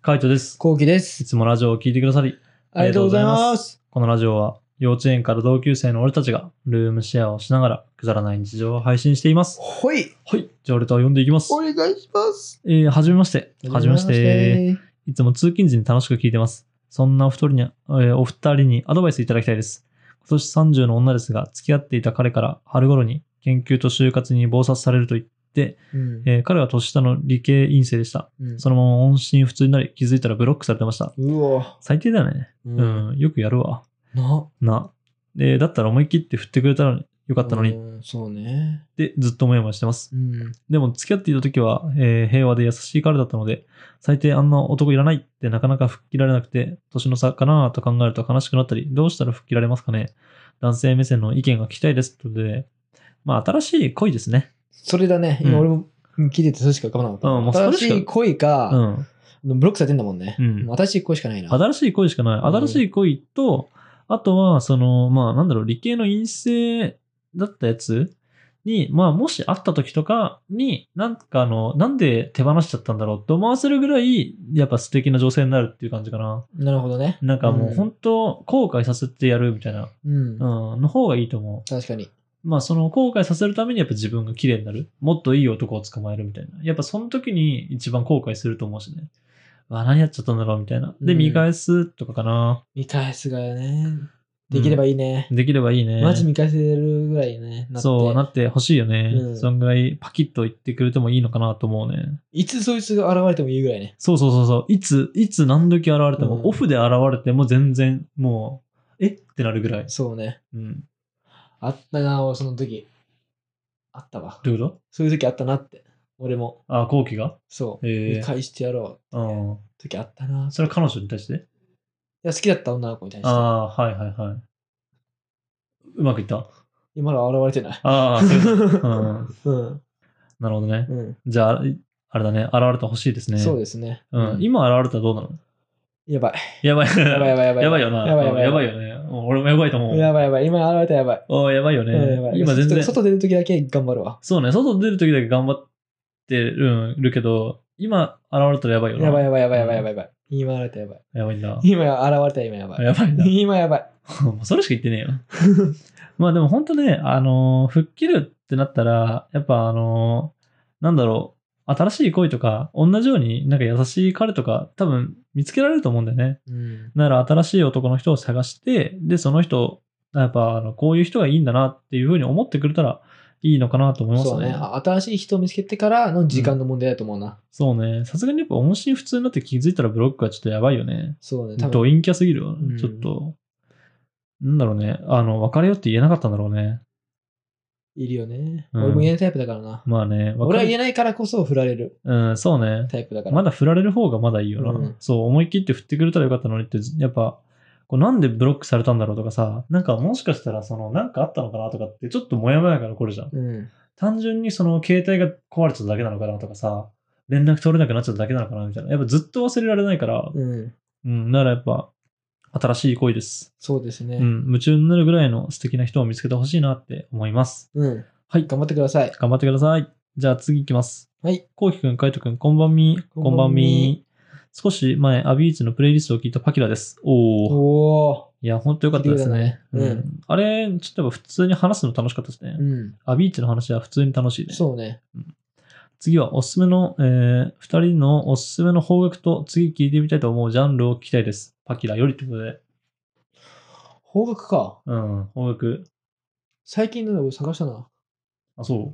カイトです。 コウキです。 いつもラジオを聞いてくださりありがとうございます。 このラジオは幼稚園から同級生の俺たちがルームシェアをしながらくだらない日常を配信しています。 ほい。 はい。じゃあレター読んでいきます。 お願いします。 はじめまして。はじめまして。いつも通勤時に楽しく聞いてます。そんなお二人にアドバイスいただきたいです。今年30の女ですが、付き合っていた彼から春頃に研究と就活に忙殺されると言って、彼は年下の理系院生でした。そのまま音信不通になり、気づいたらブロックされてました。 うわ。 最低だよね。よくやるわ。 な。 だったら思い切って振ってくれたらよかったのに。 そうね。 で、ずっともやもやしてます。でも、付き合っていた時は、平和で優しい彼だったので、最低あんな男いらないってなかなか吹っ切られなくて、年の差かなと考えると悲しくなったり、どうしたら吹っ切られますかね。男性目線の意見が聞きたいです。ということで、まあ、新しい恋ですね。 それだね。今俺も聞いててそれしか浮かばなかった。新しい恋か、ブロックされてんだもんね。新しい恋しかないな。 新しい恋しかない。新しい恋と、あとは、理系の陰性だったやつに、もし会った時とかに、なんで手放しちゃったんだろうって思わせるぐらい、やっぱ素敵な女性になるっていう感じかな。 なるほどね。 なんかもう本当、後悔させてやるみたいな、の方がいいと思う。 確かに。 その後悔させるためにやっぱ自分が綺麗になる。もっといい男を捕まえるみたいな。やっぱその時に一番後悔すると思うしね。何やっちゃったんだろうみたいな。で、見返すとかかな。 見返すがね。できればいいね。 できればいいね。 マジ見返せるぐらいね。 そう、なってほしいよね。そんぐらいパキッと言ってくれてもいいのかなと思うね。 いつそいつが現れてもいいぐらいね。 そう。いつ何時現れても、オフで現れても全然もう、ってなるぐらい。 そうね。あったな、その時。あったわ。 どういうこと？ そういう時あったなって。俺も。 後期が？ そう。見返してやろうって時あったな。 それは彼女に対して？いや、好きだった女の子に対して。 はい。うまくいった？ 今のは現れてない。 なるほどね。じゃあ、あれだね。現れてほしいですね。 そうですね。 今現れたらどうなの？ やばい。 やばいよな。 やばいよね。俺もやばいと思う。 やばい。今現れたらやばい。 やばいよね。今全然。 外出るときだけ頑張るわ。 そうね。外出るときだけ頑張ってるけど、今現れたらやばいよな。 やばい。今現れたらやばい。 やばいんだ。 今現れたら今やばい。 やばいんだ。 今やばい。 それしか言ってねえよ。でも本当ね、吹っ切るってなったら、やっぱ新しい恋とか、同じようになんか優しい彼とか多分見つけられると思うんだよね。だから新しい男の人を探して、で、その人、やっぱこういう人がいいんだなっていうふうに思ってくれたらいいのかなと思いますね。 そうね。新しい人を見つけてからの時間の問題だと思うな。 そうね。さすがにやっぱ音信不通になって気づいたらブロックはちょっとやばいよね。 そうね。 ド陰キャすぎるわ。ちょっと。なんだろうね。別れようって言えなかったんだろうね。 いるよね。俺も言えないタイプだからな。 まあね。 俺は言えないからこそ振られる。 そうね。 タイプだから。 まだ振られる方がまだいいよな。そう、思い切って振ってくれたらよかったのにって、やっぱ、なんでブロックされたんだろうとかさ、なんかもしかしたらなんかあったのかなとかってちょっとモヤモヤが残るじゃん。単純に携帯が壊れちゃっただけなのかなとかさ、連絡取れなくなっちゃっただけなのかなみたいな。やっぱずっと忘れられないから、だからやっぱ、新しい恋です。 そうですね。 夢中になるぐらいの素敵な人を見つけてほしいなって思います。 はい。頑張ってください。 頑張ってください。じゃあ次行きます。 はい。 こうきくん、かいとくん、こんばんみ。こんばんみ。少し前、アビーチのプレイリストを聞いたパキラです。いや、ほんとよかったですね。あれ、ちょっとやっぱ普通に話すの楽しかったですね。アビーチの話は普通に楽しいね。 そうね。 次はおすすめの、2人のおすすめの邦楽と次聞いてみたいと思うジャンルを聞きたいです。パキラよりってことで。 邦楽か。 邦楽。 最近のを探したな。 あ、そう？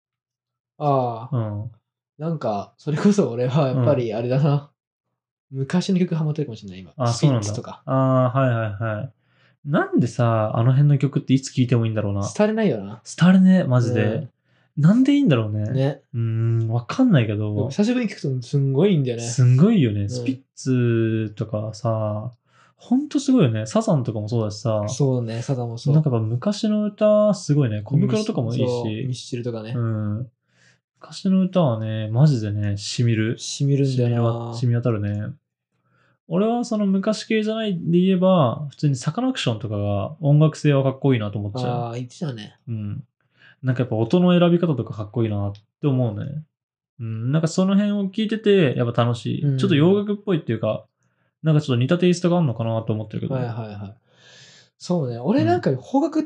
なんか、それこそ俺はやっぱりあれだな。昔の曲ハマってるかもしれない、今。スピッツとか。 はい。なんでさ、あの辺の曲っていつ聴いてもいいんだろうな。 廃れないよな。 廃れね、マジで。なんでいいんだろうね。 ね。 わかんないけど。 久しぶりに聞くとすんごいいいんだよね。 すんごいよね。スピッツとかさ、ほんとすごいよね。サザンとかもそうだしさ。 そうね、サザンもそう。 なんかやっぱ昔の歌すごいね。小袋とかもいいし。 ミスチルとかね。 昔の歌はね、マジでね、染みる。 染みるんだよな。 染み渡るね。俺はその昔系じゃないで言えば、普通にサカナクションとかが音楽性はかっこいいなと思っちゃう。 言ってたね。 なんかやっぱ音の選び方とかかっこいいなって思うね。 なんかその辺を聞いてて、やっぱ楽しい。ちょっと洋楽っぽいっていうか、なんかちょっと似たテイストがあるのかなと思ってるけど。 はいはいはい。そうね。俺なんか邦楽って、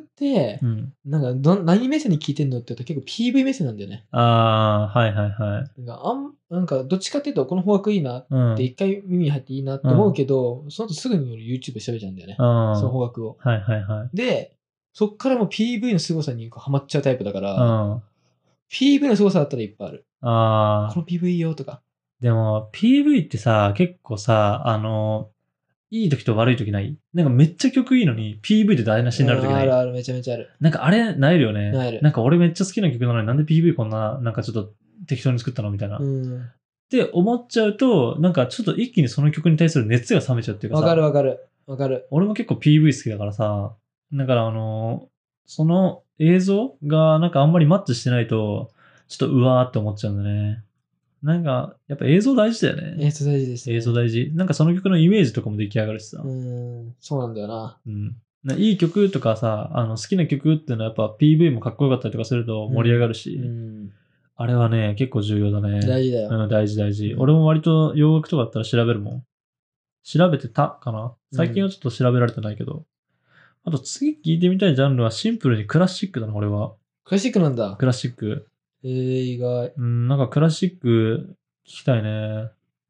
なんか何目線に聞いてんのって言うと結構 PV 目線なんだよね。 ああ、はいはいはい。 なんかどっちかっていうとこの邦楽いいなって一回耳に入っていいなって思うけど、その後すぐに YouTube で調べちゃうんだよね。その邦楽を。 はいはいはい。 で、そっからもう PV の凄さにハマっちゃうタイプだから、PV の凄さだったらいっぱいある。この PV いいよとか。 でも PV ってさ、結構さ、いい時と悪い時ない？なんかめっちゃ曲いいのに PV で台無しになる時ない？ あるある、めちゃめちゃある。 なんかあれ、なえるよね。 なえる。 なんか俺めっちゃ好きな曲なのになんで PV こんな、なんかちょっと適当に作ったのみたいな。って思っちゃうと、なんかちょっと一気にその曲に対する熱が冷めちゃうっていうかさ。 わかるわかる。わかる。 俺も結構 PV 好きだからさ、だからその映像がなんかあんまりマッチしてないと、ちょっとうわーって思っちゃうんだね。なんか、やっぱ映像大事だよね。 映像大事ですね。 映像大事。なんかその曲のイメージとかも出来上がるしさ。 そうなんだよな。 いい曲とかさ、好きな曲っていうのはやっぱ PV もかっこよかったりとかすると盛り上がるし、あれはね、結構重要だね。 大事だよ。 大事大事。俺も割と洋楽とかだったら調べるもん。調べてたかな？最近はちょっと調べられてないけど。あと次聞いてみたいジャンルはシンプルにクラシックだな、俺は。 クラシックなんだ。 クラシック。 意外。 なんかクラシック聞きたいね。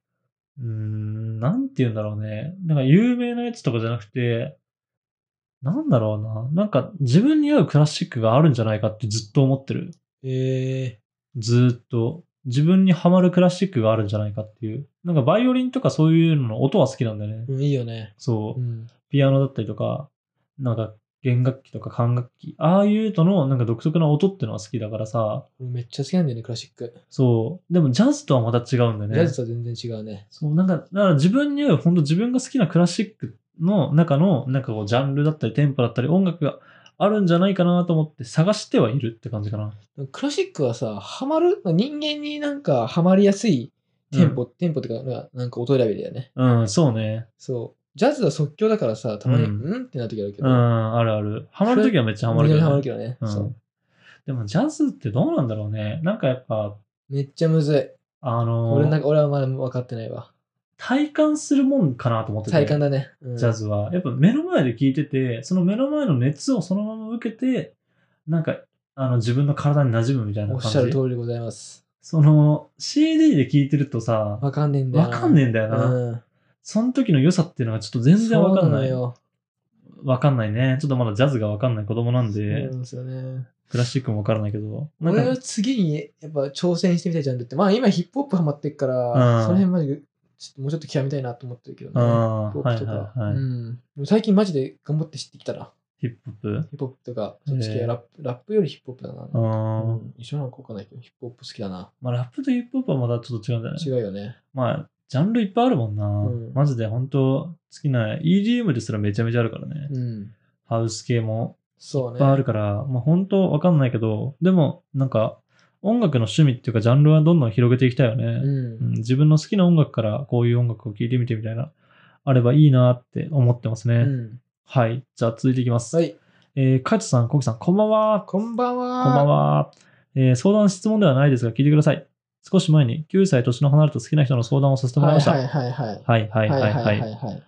なんて言うんだろうね。なんか有名なやつとかじゃなくて、なんだろうな。なんか自分に合うクラシックがあるんじゃないかってずっと思ってる。ずっと。自分にハマるクラシックがあるんじゃないかっていう。なんかバイオリンとかそういうのの音は好きなんだよね。 いいよね。 そう。ピアノだったりとか、なんか弦楽器とか管楽器。ああいうののなんか独特な音ってのは好きだからさ。 めっちゃ好きなんだよね、クラシック。 そう。でもジャズとはまた違うんだよね。 ジャズとは全然違うね。 そう、なんか、だから自分に合う、本当自分が好きなクラシックの中の、なんかこう、ジャンルだったり、テンポだったり、音楽があるんじゃないかなと思って探してはいるって感じかな。 クラシックはさ、ハマる人間になんかハマりやすいテンポっていうか、なんか音選びだよね。 そうね。 そう。ジャズは即興だからさ、たまに、ってなる時あるけど。 あるある。ハマる時はめっちゃハマるけどね。 ハマるけどね。そう。 でもジャズってどうなんだろうね。なんかやっぱ。 めっちゃむずい。俺はまだ分かってないわ。 体感するもんかなと思ってて。 体感だね。 ジャズは。やっぱ目の前で聴いてて、その目の前の熱をそのまま受けて、なんか、自分の体に馴染むみたいな感じ。 おっしゃる通りでございます。 CD で聴いてるとさ、 わかんねえんだよな。わかんねえんだよな。その時の良さっていうのがちょっと全然わかんない。わかんないね。ちょっとまだジャズがわかんない子供なんで。 そうなんですよね。 クラシックもわからないけど。 俺は次にやっぱ挑戦してみたいジャンルって、まあ今ヒップホップハマってっから、その辺マジでもうちょっと極めたいなと思ってるけどね。ヒップホップとか。最近マジで頑張って知ってきたら。 ヒップホップとか、そっち系ラップよりヒップホップだな。一緒なのかわかんないけど、ヒップホップ好きだな。 まあラップとヒップホップはまたちょっと違うんだよね。 違うよね。 まあ、ジャンルいっぱいあるもんな。マジで本当好きな EDM ですらめちゃめちゃあるからね。ハウス系もいっぱいあるから、まあ本当わかんないけど、でもなんか音楽の趣味っていうかジャンルはどんどん広げていきたいよね。自分の好きな音楽からこういう音楽を聴いてみてみたいな、あればいいなって思ってますね。はい。じゃあ続いていきます。はい。カイトさん、コキさん、こんばんは。 こんばんは。 こんばんは。相談質問ではないですが聞いてください。少し前に9歳年の離れた好きな人の相談をさせてもらいました。はいはいはい。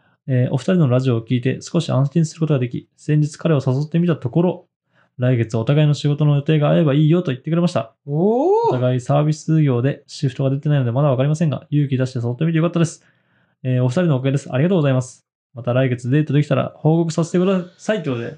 お二人のラジオを聞いて少し安心することができ、先日彼を誘ってみたところ、来月お互いの仕事の予定が合えばいいよと言ってくれました。お互いサービス業でシフトが出てないのでまだわかりませんが、勇気出して誘ってみてよかったです。お二人のおかげです。ありがとうございます。また来月デートできたら報告させてくださいということで。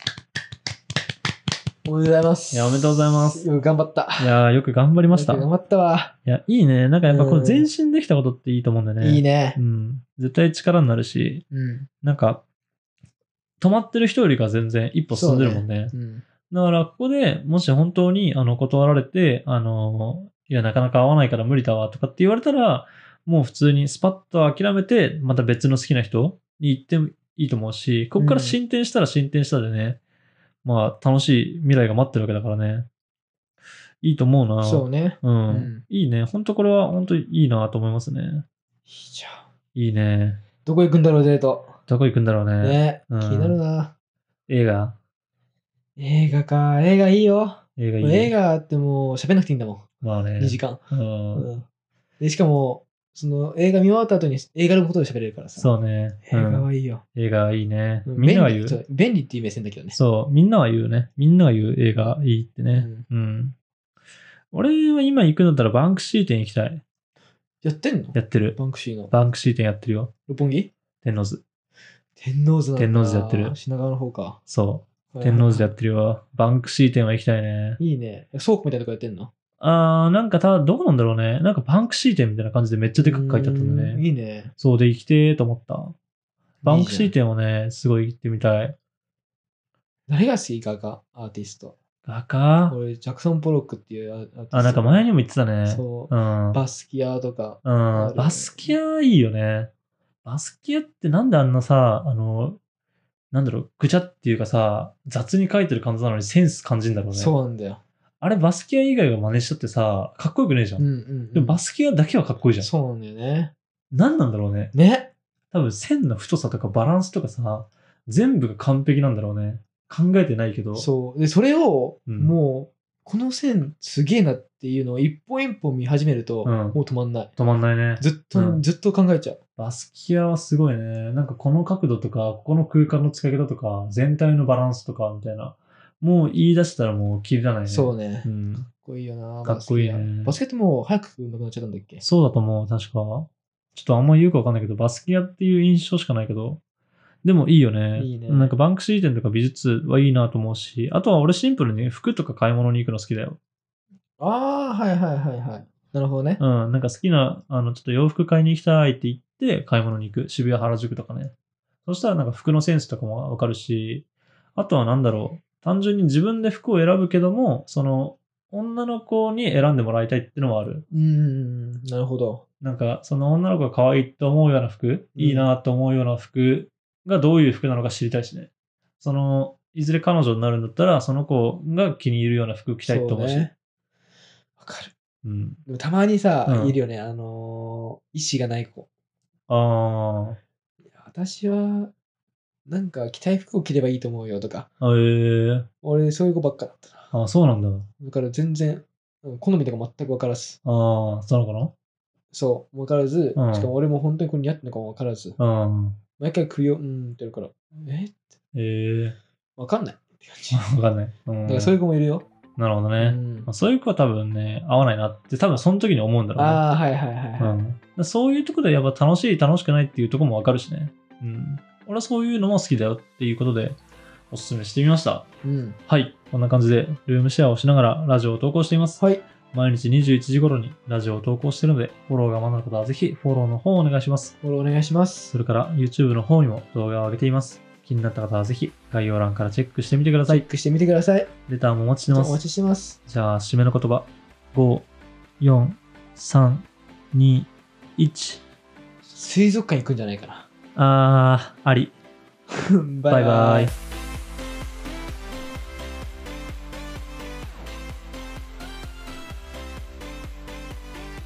おめでとうございます。 いや、おめでとうございます。 よく頑張った。 いや、よく頑張りました。 頑張ったわ。 いや、いいね。なんかやっぱこの前進できたことっていいと思うんだよね。 いいね。 絶対力になるし、なんか、止まってる人よりか全然一歩進んでるもんね。だから、ここでもし本当に断られて、いや、なかなか合わないから無理だわとかって言われたら、もう普通にスパッと諦めて、また別の好きな人に行ってもいいと思うし、ここから進展したら進展したでね、まあ楽しい未来が待ってるわけだからね。いいと思うな。 そうね。 いいね。本当これは本当にいいなと思いますね。 いいじゃん。 いいね。 どこ行くんだろう、デート。 どこ行くんだろうね。 ね、気になるな。 映画か。映画いいよ。 映画いい。 映画ってもう喋んなくていいんだもん。 まあね。 2時間。 うん。 で、しかも、その映画見終わった後に映画のことで喋れるからさ。 そうね。 映画はいいよ。 映画はいいね。みんなが言う。 便利っていう目線だけどね。 そう、みんなは言うね。みんなが言う映画いいってね。俺は今行くんだったらバンクシー店行きたい。 やってんの？ やってる。 バンクシーの。 バンクシー店やってるよ。 六本木？ 天王洲。 天王洲なんだ。 天王洲やってる。 品川の方か。 そう。天王洲やってるよ。バンクシー店は行きたいね。 いいね。倉庫みたいなとこやってんの？ なんかどこなんだろうね。なんかバンクシー店みたいな感じでめっちゃでかく書いてあったんだね。 いいね。 そうで行きてーと思った。バンクシー店もね、すごい行ってみたい。 誰が好き？画家、アーティスト。 画家？ 俺、ジャクソン・ポロックっていうアーティスト。 なんか前にも言ってたね。 そう。バスキアとか。 バスキアいいよね。バスキアってなんであんなさ、なんだろう、ぐちゃっていうかさ、雑に書いてる感じなのにセンス感じんだろうね。 そうなんだよ。 あれバスキア以外が真似しちゃってさ、かっこよくねえじゃん。でもバスキアだけはかっこいいじゃん。 そうなんだよね。 なんなんだろうね。 ね。 多分線の太さとかバランスとかさ、全部が完璧なんだろうね。考えてないけど。 そう。で、それを、もう、この線すげえなっていうのを一本一本見始めると、もう止まんない。 止まんないね。 ずっと考えちゃう。 バスキアはすごいね。なんかこの角度とか、ここの空間の使い方とか、全体のバランスとか、みたいな。もう言い出したらもう切らないね。 そうね。かっこいいよな。 かっこいいね。 バスケってもう早くなくなっちゃったんだっけ？ そうだと思う、確か。ちょっとあんま言うかわかんないけど、バスキアっていう印象しかないけど、でもいいよね。いいね。なんかバンクシー店とか美術はいいなと思うし、あとは俺シンプルに服とか買い物に行くの好きだよ。 ああ、はいはいはいはい。なるほどね。 なんか好きな、ちょっと洋服買いに行きたいって言って買い物に行く。渋谷原宿とかね。そしたらなんか服のセンスとかもわかるし、あとはなんだろう。単純に自分で服を選ぶけども、その、女の子に選んでもらいたいっていうのもある。 なるほど。 なんか、その女の子が可愛いと思うような服、いいなと思うような服がどういう服なのか知りたいしね。その、いずれ彼女になるんだったら、その子が気に入るような服着たいと思うし。わかる。でもたまにさ、いるよね。意思がない子。私は、なんか着たい服を着ればいいと思うよとか。俺、そういう子ばっかだったな。そうなんだ。 だから全然、好みとか全く分からず。 そうなのかな？ そう、分からず、しかも俺も本当にこれ似合ってるのかも分からず。毎回首を、って言るから、分かんないって感じ。 分かんない。 だからそういう子もいるよ。 なるほどね。そういう子は多分ね、合わないなって多分その時に思うんだろうね。 はいはいはい。 そういうところでやっぱ楽しい楽しくないっていうところも分かるしね。俺はそういうのも好きだよっていうことでおすすめしてみました。はい。こんな感じでルームシェアをしながらラジオを投稿しています。毎日21時頃にラジオを投稿しているので、フォローがまだの方はぜひフォローの方をお願いします。 フォローお願いします。 それから YouTube の方にも動画を上げています。気になった方はぜひ概要欄からチェックしてみてください。 チェックしてみてください。 レターもお待ちしてます。 お待ちしてます。 じゃあ、締めの言葉。5、4、3、2、1。 水族館行くんじゃないかな。 あり。 バイバイ。